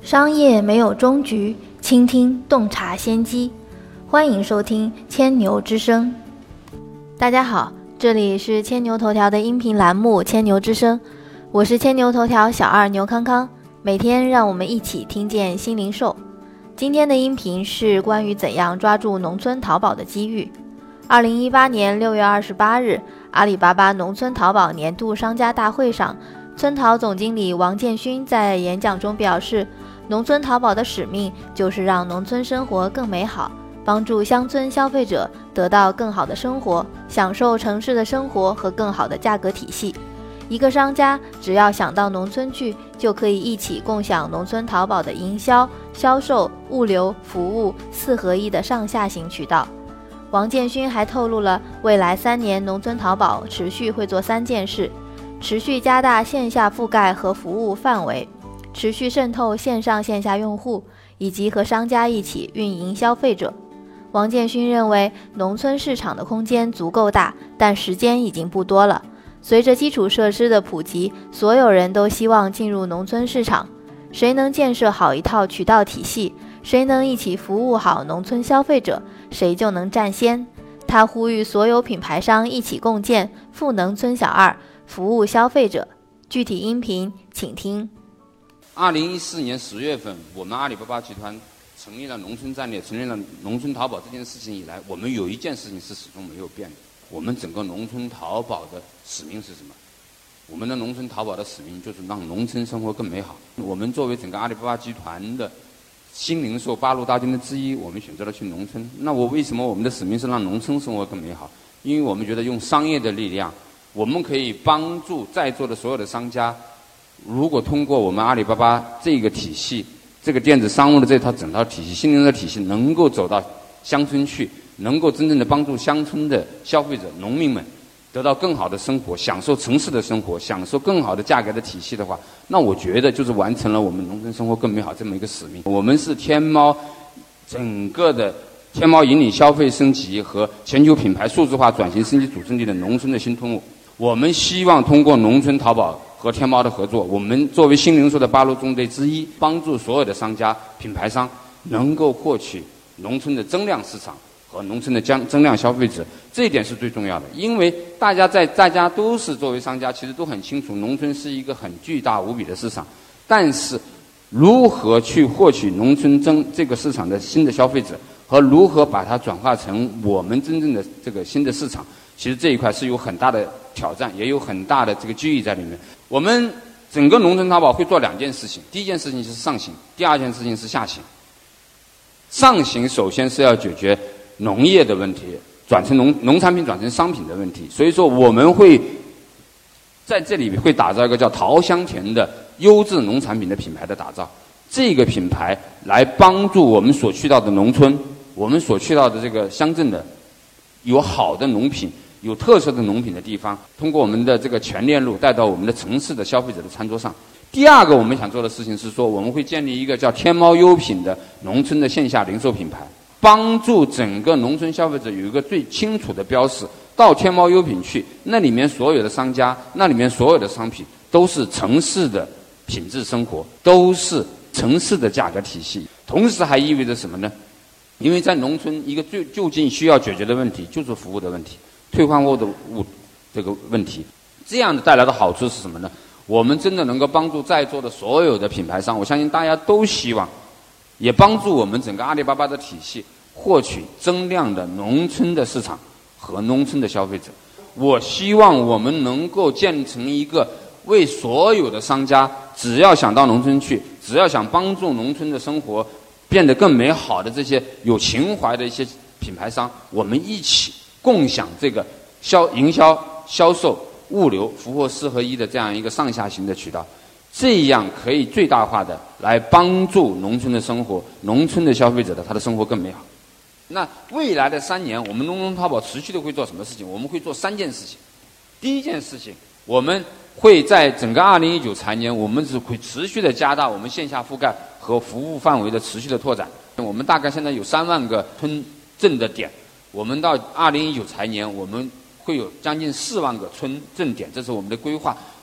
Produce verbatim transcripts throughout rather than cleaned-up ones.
商业没有终局，倾听洞察先机。欢迎收听千牛之声。大家好，这里是千牛头条的音频栏目千牛之声，我是千牛头条小二牛康康，每天让我们一起听见新零售。今天的音频是关于怎样抓住农村淘宝的机遇。二零一八年六月二十八日，阿里巴巴农村淘宝年度商家大会上，村淘总经理王建勋在演讲中表示，农村淘宝的使命就是让农村生活更美好，帮助乡村消费者得到更好的生活，享受城市的生活和更好的价格体系。一个商家只要想到农村去，就可以一起共享农村淘宝的营销、销售、物流、服务四合一的上下行渠道。王建勋还透露了未来三年农村淘宝持续会做三件事：持续加大线下覆盖和服务范围，持续渗透线上线下用户，以及和商家一起运营消费者。王建勋认为，农村市场的空间足够大，但时间已经不多了。随着基础设施的普及，所有人都希望进入农村市场。谁能建设好一套渠道体系，谁能一起服务好农村消费者，谁就能占先。他呼吁所有品牌商一起共建赋能村小二，服务消费者。具体音频请听。 二零一四年十月份，我们阿里巴巴集团成立了农村战略，成立了农村淘宝这件事情以来，我们有一件事情是始终没有变的。我们整个农村淘宝的使命是什么？我们的农村淘宝的使命就是让农村生活更美好。我们作为整个阿里巴巴集团的新零售八路大军的之一，我们选择了去农村。那我为什么我们的使命是让农村生活更美好？因为我们觉得用商业的力量，我们可以帮助在座的所有的商家，如果通过我们阿里巴巴这个体系，这个电子商务的这套整套体系，新零售体系能够走到乡村去，能够真正的帮助乡村的消费者、农民们得到更好的生活，享受城市的生活，享受更好的价格的体系的话，那我觉得就是完成了我们农村生活更美好这么一个使命。我们是天猫整个的天猫引领消费升级和全球品牌数字化转型升级主阵地的农村的新通路。我们希望通过农村淘宝和天猫的合作，我们作为新零售的八路中队之一，帮助所有的商家、品牌商能够获取农村的增量市场和农村的增增量消费者，这一点是最重要的。因为大家在大家都是作为商家，其实都很清楚，农村是一个很巨大无比的市场。但是，如何去获取农村增这个市场的新的消费者，和如何把它转化成我们真正的这个新的市场，其实这一块是有很大的挑战，也有很大的这个机遇在里面。我们整个农村淘宝会做两件事情，第一件事情是上行，第二件事情是下行。上行首先是要解决农业的问题，转成农农产品转成商品的问题，所以说我们会在这里会打造一个叫桃香甜的优质农产品的品牌的打造。这个品牌来帮助我们所去到的农村，我们所去到的这个乡镇的有好的农品、有特色的农品的地方，通过我们的这个全链路带到我们的城市的消费者的餐桌上。第二个我们想做的事情是说，我们会建立一个叫天猫优品的农村的线下零售品牌，帮助整个农村消费者有一个最清楚的标识，到天猫优品去，那里面所有的商家，那里面所有的商品都是城市的品质生活，都是城市的价格体系。同时还意味着什么呢？因为在农村一个最就近需要解决的问题就是服务的问题，退换货的物这个问题。这样的带来的好处是什么呢？我们真的能够帮助在座的所有的品牌商，我相信大家都希望，也帮助我们整个阿里巴巴的体系获取增量的农村的市场和农村的消费者。我希望我们能够建成一个为所有的商家，只要想到农村去，只要想帮助农村的生活变得更美好的这些有情怀的一些品牌商，我们一起共享这个销营销、销售、物流、服务四合一的这样一个上下行的渠道，这样可以最大化的来帮助农村的生活、农村的消费者的他的生活更美好。那未来的三年，我们农村淘宝持续的会做什么事情？我们会做三件事情。第一件事情，我们会在整个二零一九财年，我们是会持续的加大我们线下覆盖和服务范围的持续的拓展。我们大概现在有三万个村镇的点，我们到二零一九财年，我们会有将近四万个村镇点，这是我们的规划。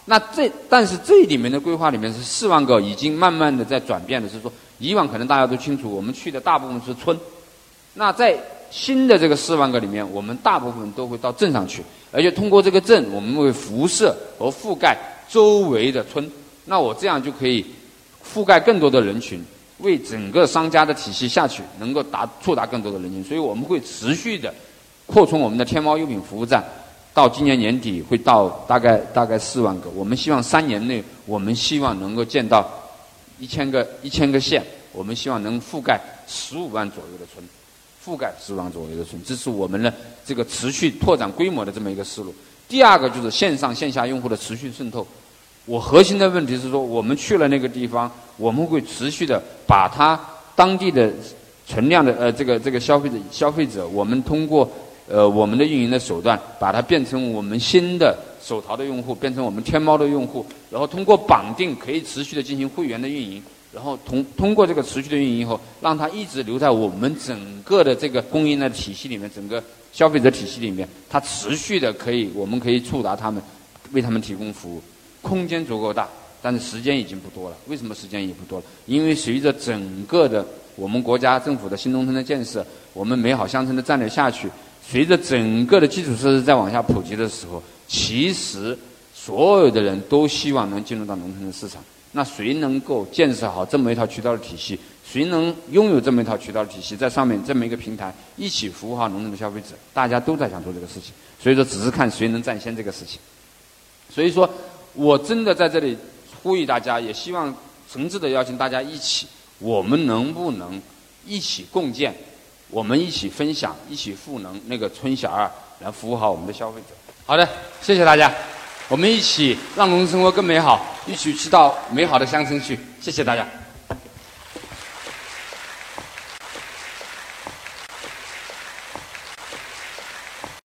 那这但是这里面的规划里面是四万个已经慢慢的在转变的，是说以往可能大家都清楚，我们去的大部分是村，那在新的这个四万个里面，我们大部分都会到镇上去，而且通过这个镇，我们会辐射和覆盖周围的村，那我这样就可以覆盖更多的人群，为整个商家的体系下去，能够达触达更多的人群，所以我们会持续的扩充我们的天猫优品服务站，到今年年底会到大概大概四万个。我们希望三年内，我们希望能够建到一千个一千个县，我们希望能覆盖十五万左右的村，覆盖十五万左右的村，这是我们的这个持续拓展规模的这么一个思路。第二个就是线上线下用户的持续渗透。我核心的问题是说，我们去了那个地方，我们会持续的把它当地的存量的呃这个这个消费者消费者，我们通过呃我们的运营的手段，把它变成我们新的手淘的用户，变成我们天猫的用户，然后通过绑定可以持续的进行会员的运营，然后通通过这个持续的运营以后，让它一直留在我们整个的这个供应的体系里面，整个消费者体系里面，它持续的可以我们可以触达他们，为他们提供服务。空间足够大，但是时间已经不多了。为什么时间也不多了？因为随着整个的我们国家政府的新农村的建设，我们美好乡村的战略下去，随着整个的基础设施在往下普及的时候，其实所有的人都希望能进入到农村的市场。那谁能够建设好这么一套渠道的体系？谁能拥有这么一套渠道的体系，在上面这么一个平台，一起服务好农村的消费者？大家都在想做这个事情，所以说只是看谁能占先这个事情。所以说。我真的在这里呼吁大家，也希望诚挚的邀请大家一起，我们能不能一起共建，我们一起分享，一起赋能那个村小二，来服务好我们的消费者。好的，谢谢大家，我们一起让农村生活更美好，一起去到美好的乡村去。谢谢大家。